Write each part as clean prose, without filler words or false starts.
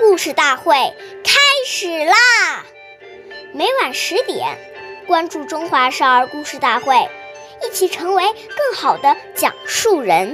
故事大会开始啦！每晚10点，关注中华少儿故事大会，一起成为更好的讲述人。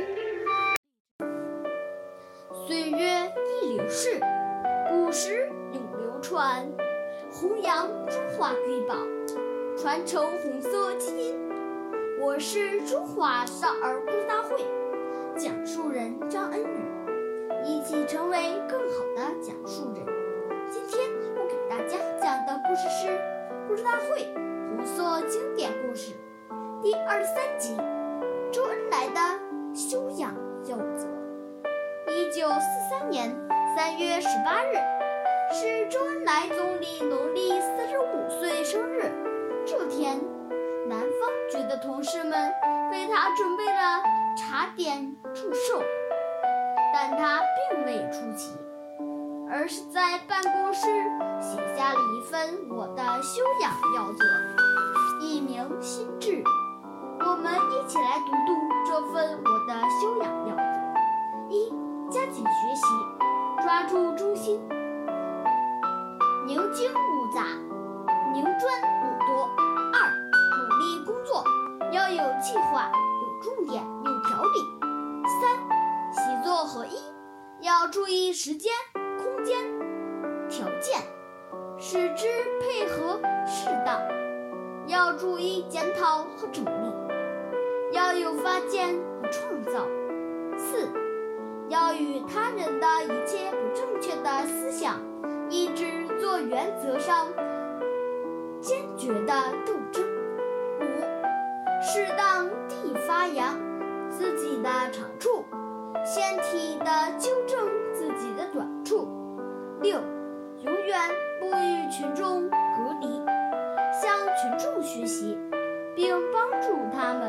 岁月易流逝，故事永流传，弘扬中华瑰宝，传承红色基因。我是中华少儿故事大会讲述人张恩宇，一起成为更好的讲述人。今天我给大家讲的故事是故事大会红色经典故事第23集，周恩来的修养要则。1943年3月18日是周恩来总理农历45岁生日。这天，南方局的同事们为他准备了茶点祝寿，但他并未出席，而是在办公室写下了一份我的修养要则，一鸣心志。我们一起来读读这份我的修养要则。1. 加紧学习，抓住中心，宁精勿杂，宁专勿多。2. 努力工作，要有计划，有重点，有条理。3. 习作合一，要注意时间、空间、条件，使之配合适当，要注意检讨和整理，要有发现和创造。4. 要与他人的一切不正确的思想、意志做原则上坚决的斗争。5. 适当地发扬自己的长处，先体地纠正自己的短处。6. 永远不与群众隔离，向群众学习，并帮助他们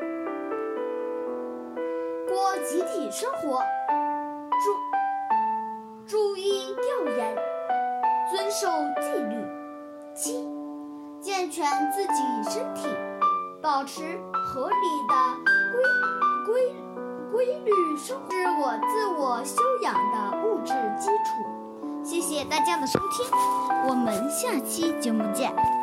过集体生活，注意调研，遵守纪律。7. 健全自己身体，保持合理的规律生活，是我自我修养的物质基础。谢谢大家的收听，我们下期节目见。